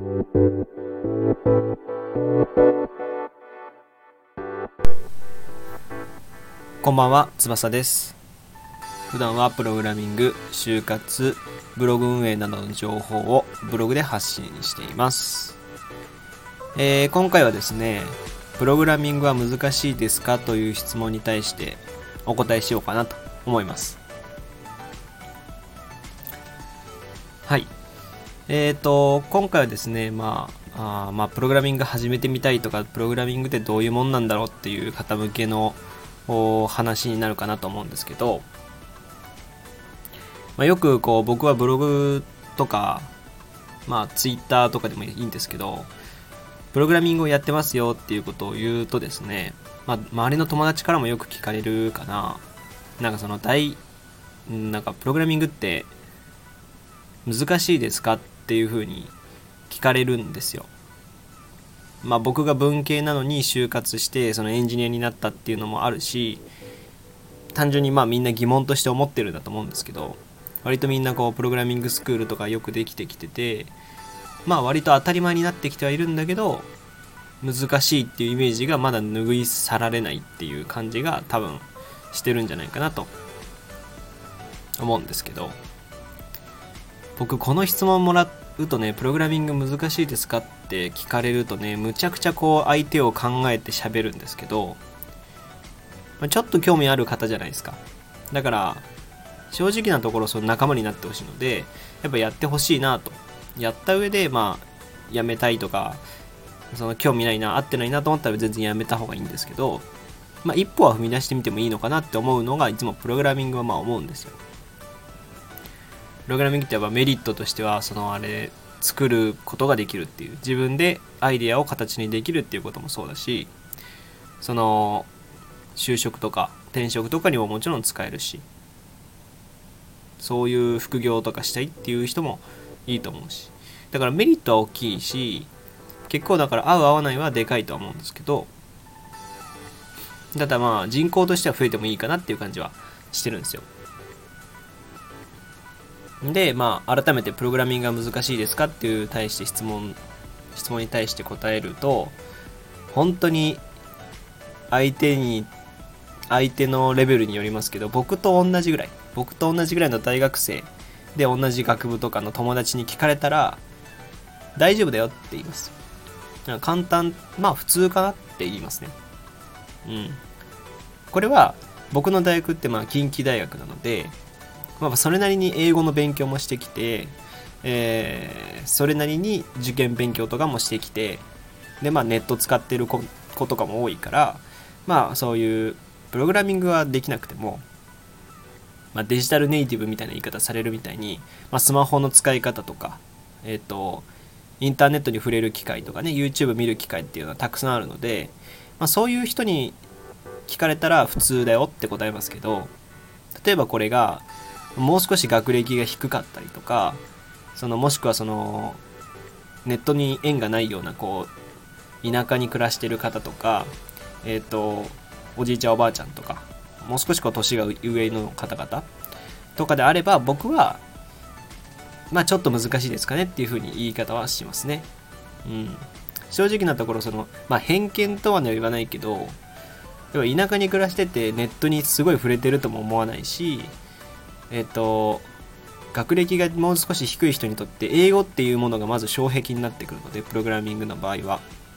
こんばんは、翼です。普段はプログラミング、就活、ブログ運営などの情報をブログで発信しています。今回はですね、プログラミングは難しいですかという質問に対してお答えしようかなと思います。はい。今回はですね、プログラミング始めてみたいとか、プログラミングってどういうもんなんだろうっていう方向けの話になるかなと思うんですけど、よく僕はブログとか、ツイッターとかでもいいんですけど、プログラミングをやってますよっていうことを言うとですね、周りの友達からもよく聞かれるかな。なんかプログラミングって難しいですかっていう風に聞かれるんですよ。僕が文系なのに就活してそのエンジニアになったっていうのもあるし、単純にみんな疑問として思ってるんだと思うんですけど、割とみんなプログラミングスクールとかよくできてきてて、割と当たり前になってきてはいるんだけど、難しいっていうイメージがまだ拭い去られないっていう感じが多分してるんじゃないかなと思うんですけど、僕この質問もらうとね、プログラミング難しいですかって聞かれるとね、むちゃくちゃ相手を考えて喋るんですけど、ちょっと興味ある方じゃないですか。だから正直なところその仲間になってほしいので、やっぱやってほしいなと。やった上でやめたいとか、その興味ないな、合ってないなと思ったら全然やめた方がいいんですけど、一歩は踏み出してみてもいいのかなって思うのがいつもプログラミングは思うんですよ。プログラミングってやっぱメリットとしては、作ることができるっていう、自分でアイデアを形にできるっていうこともそうだし、就職とか転職とかにももちろん使えるし、そういう副業とかしたいっていう人もいいと思うし、だからメリットは大きいし、結構だから合う合わないはでかいとは思うんですけど、ただ人口としては増えてもいいかなっていう感じはしてるんですよ。で改めてプログラミングが難しいですかっていう質問に対して答えると、本当に相手のレベルによりますけど、僕と同じぐらいの大学生で同じ学部とかの友達に聞かれたら大丈夫だよって言います。簡単、普通かなって言いますね。これは僕の大学って近畿大学なので、それなりに英語の勉強もしてきて、それなりに受験勉強とかもしてきて、でネット使ってる子とかも多いから、そういうプログラミングはできなくても、デジタルネイティブみたいな言い方されるみたいに、スマホの使い方とか、インターネットに触れる機会とかね、 YouTube 見る機会っていうのはたくさんあるので、そういう人に聞かれたら普通だよって答えますけど、例えばこれがもう少し学歴が低かったりとか、もしくはネットに縁がないような田舎に暮らしてる方とか、おじいちゃんおばあちゃんとか、もう少し年が上の方々とかであれば、僕はちょっと難しいですかねっていう風に言い方はしますね。正直なところ偏見とは言わないけど、田舎に暮らしててネットにすごい触れてるとも思わないし、学歴がもう少し低い人にとって英語っていうものがまず障壁になってくるので、プログラミングの場合は。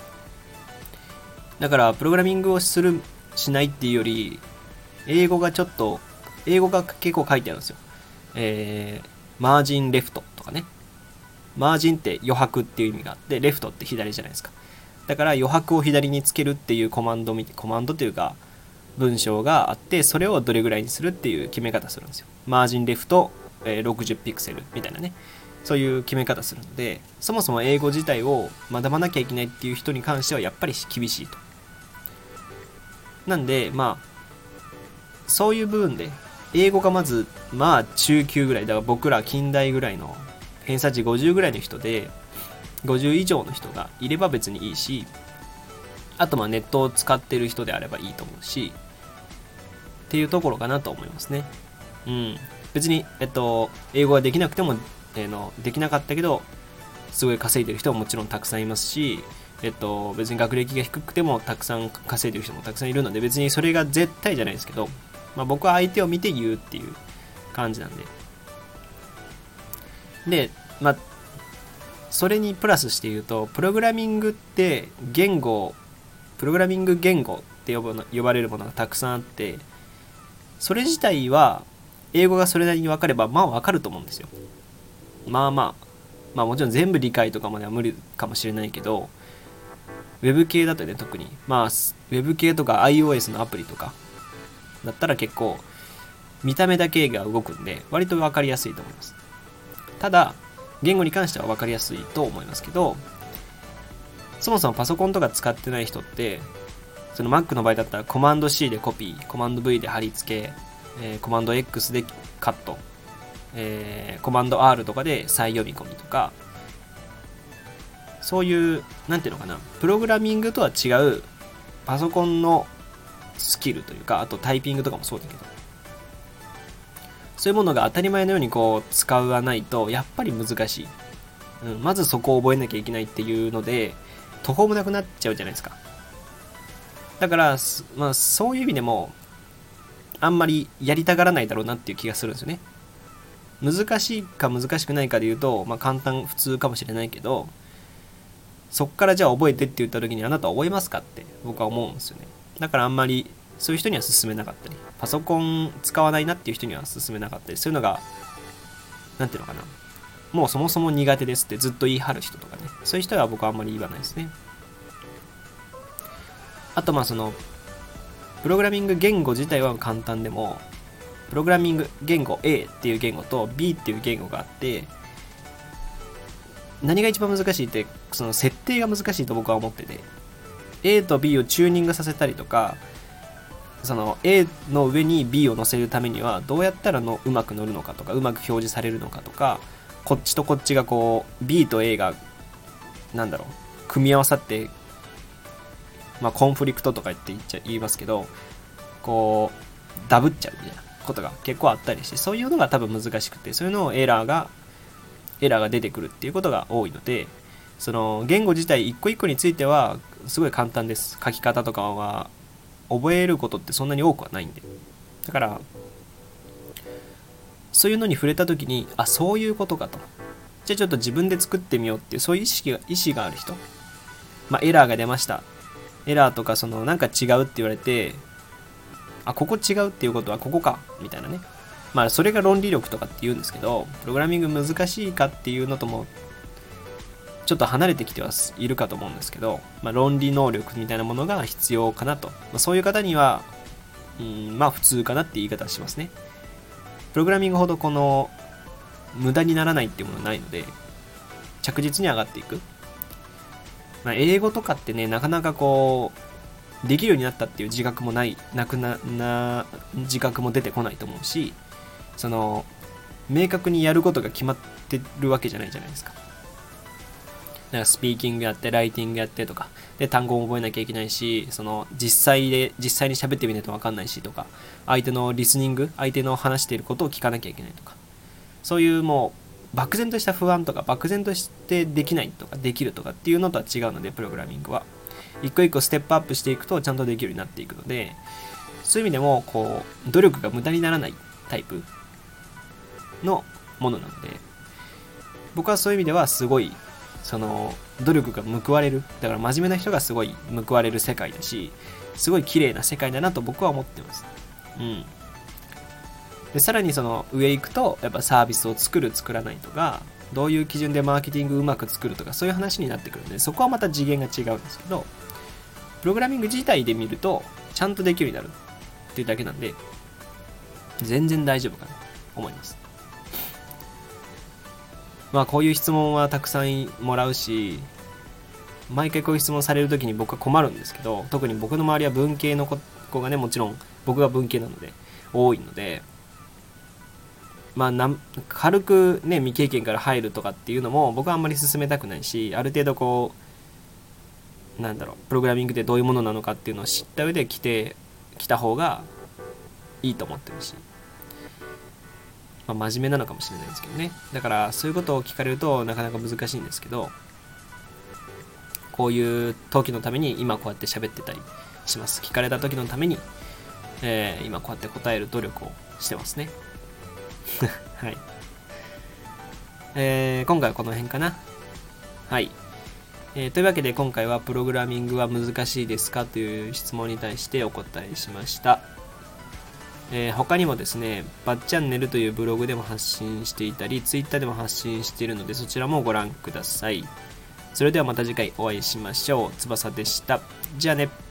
だからプログラミングをしないっていうより、英語が結構書いてあるんですよ。マージンレフトとかね。マージンって余白っていう意味があって、レフトって左じゃないですか。だから余白を左につけるっていうコマンドというか文章があって、それをどれぐらいにするっていう決め方するんですよ。マージンレフト、60ピクセルみたいなね、そういう決め方するので、そもそも英語自体を学ばなきゃいけないっていう人に関してはやっぱり厳しいと。なんでそういう部分で英語がまず中級ぐらい、だから僕ら近代ぐらいの偏差値50ぐらいの人で、50以上の人がいれば別にいいし、あとネットを使ってる人であればいいと思うしっていうところかなと思いますね。別に英語ができなくてもできなかったけどすごい稼いでる人ももちろんたくさんいますし、別に学歴が低くてもたくさん稼いでる人もたくさんいるので、別にそれが絶対じゃないですけど、僕は相手を見て言うっていう感じなんで。で、それにプラスして言うと、プログラミングってプログラミング言語って呼ばれるものがたくさんあって、それ自体は英語がそれなりに分かれば分かると思うんですよ。もちろん全部理解とかまでは無理かもしれないけど、ウェブ系だとね、特にウェブ系とか iOS のアプリとかだったら結構見た目だけが動くんで割と分かりやすいと思います。ただ言語に関しては分かりやすいと思いますけど、そもそもパソコンとか使ってない人って、その Mac の場合だったらコマンド C でコピー、コマンド V で貼り付け、コマンド X でカット、コマンド R とかで再読み込みとか、そういうなんていうのかな、プログラミングとは違うパソコンのスキルというか、あとタイピングとかもそうだけど、そういうものが当たり前のように使わないとやっぱり難しい、まずそこを覚えなきゃいけないっていうので途方もなくなっちゃうじゃないですか。だから、そういう意味でもあんまりやりたがらないだろうなっていう気がするんですよね。難しいか難しくないかで言うと、簡単普通かもしれないけど、そっからじゃあ覚えてって言った時にあなた覚えますかって僕は思うんですよね。だからあんまりそういう人には勧めなかったり、パソコン使わないなっていう人には勧めなかったり、そういうのがなんていうのかな、もうそもそも苦手ですってずっと言い張る人とかね、そういう人は僕はあんまり言わないですね。あとそのプログラミング言語自体は簡単でも、プログラミング言語 A っていう言語と B っていう言語があって、何が一番難しいって、その設定が難しいと僕は思ってて、 A と B をチューニングさせたりとか、その A の上に B を乗せるためにはどうやったらうまく乗るのかとか、うまく表示されるのかとか、こっちとこっちがB と A が組み合わさって、コンフリクトとか言いますけど、ダブっちゃうみたいなことが結構あったりして、そういうのが多分難しくて、そういうのをエラーが出てくるっていうことが多いので、その言語自体一個一個についてはすごい簡単です。書き方とかは覚えることってそんなに多くはないんで、だからそういうのに触れた時に、そういうことかと、じゃあちょっと自分で作ってみようっていう、そういう意思がある人、エラーが出ました、エラーとかなんか違うって言われて、ここ違うっていうことはここかみたいなね、それが論理力とかって言うんですけど、プログラミング難しいかっていうのともちょっと離れてきてはいるかと思うんですけど、論理能力みたいなものが必要かなと、そういう方には普通かなって言い方しますね。プログラミングほど無駄にならないっていうものはないので、着実に上がっていく。英語とかってね、なかなかできるようになったっていう自覚も自覚も出てこないと思うし、明確にやることが決まってるわけじゃないじゃないですか。だからスピーキングやってライティングやってとかで、単語を覚えなきゃいけないし、実際に喋ってみないと分かんないしとか、相手のリスニング、相手の話していることを聞かなきゃいけないとか、そういうもう漠然とした不安とか、漠然としてできないとかできるとかっていうのとは違うので、プログラミングは一個一個ステップアップしていくとちゃんとできるようになっていくので、そういう意味でも努力が無駄にならないタイプのものなので、僕はそういう意味ではすごい努力が報われる、だから真面目な人がすごい報われる世界だし、すごい綺麗な世界だなと僕は思ってます。でさらに上行くと、やっぱサービスを作らないとか、どういう基準でマーケティングうまく作るとか、そういう話になってくるので、そこはまた次元が違うんですけど、プログラミング自体で見るとちゃんとできるようになるっていうだけなんで、全然大丈夫かなと思います。こういう質問はたくさんもらうし、毎回こういう質問されるときに僕は困るんですけど、特に僕の周りは文系の子がね、もちろん僕が文系なので多いので、軽くね、未経験から入るとかっていうのも僕はあんまり進めたくないし、ある程度プログラミングってどういうものなのかっていうのを知った上で来た方がいいと思ってるし、 真面目なのかもしれないですけどね。だからそういうことを聞かれるとなかなか難しいんですけど、こういう時のために今こうやって喋ってたりします。聞かれた時のために、今こうやって答える努力をしてますね。はい。今回はこの辺かな。はい。というわけで今回はプログラミングは難しいですかという質問に対してお答えしました。他にもですね、バッチャンネルというブログでも発信していたり、ツイッターでも発信しているので、そちらもご覧ください。それではまた次回お会いしましょう。翼でした。じゃあね。